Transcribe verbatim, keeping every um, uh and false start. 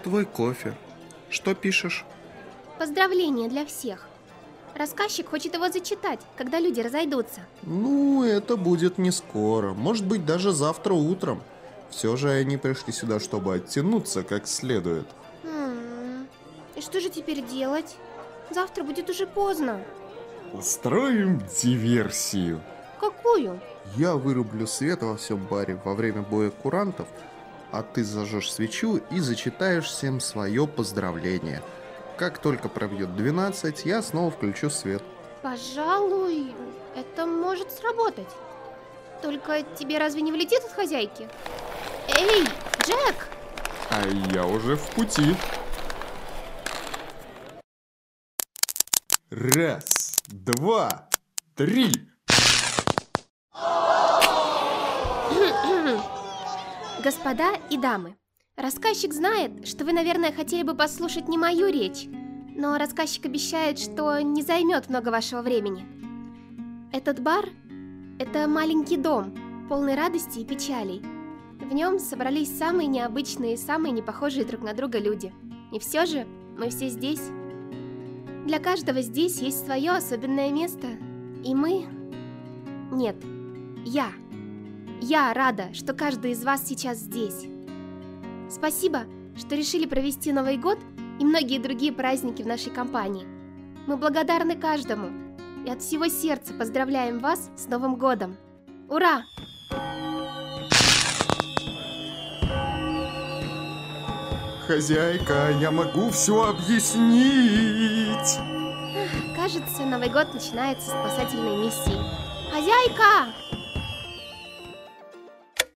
твой кофе. Что пишешь? Поздравление для всех. Рассказчик хочет его зачитать, когда люди разойдутся. Ну, это будет не скоро. Может быть, даже завтра утром. Все же они пришли сюда, чтобы оттянуться как следует. М-м. И что же теперь делать? Завтра будет уже поздно. Устроим диверсию. Какую? Я вырублю свет во всем баре во время боя курантов, а ты зажжешь свечу и зачитаешь всем свое поздравление. Как только пробьет двенадцать, я снова включу свет. Пожалуй, это может сработать. Только тебе разве не влетит от хозяйки? Эй, Джек! А я уже в пути. Раз, два, три. Господа и дамы, рассказчик знает, что вы, наверное, хотели бы послушать не мою речь, но рассказчик обещает, что не займет много вашего времени. Этот бар – это маленький дом, полный радости и печалей. В нем собрались самые необычные и самые непохожие друг на друга люди. И все же мы все здесь. Для каждого здесь есть свое особенное место. И мы... Нет, я. Я рада, что каждый из вас сейчас здесь. Спасибо, что решили провести Новый год и многие другие праздники в нашей компании. Мы благодарны каждому и от всего сердца поздравляем вас с Новым годом. Ура! Хозяйка, я могу все объяснить. Кажется, Новый год начинается с спасательной миссии. Хозяйка!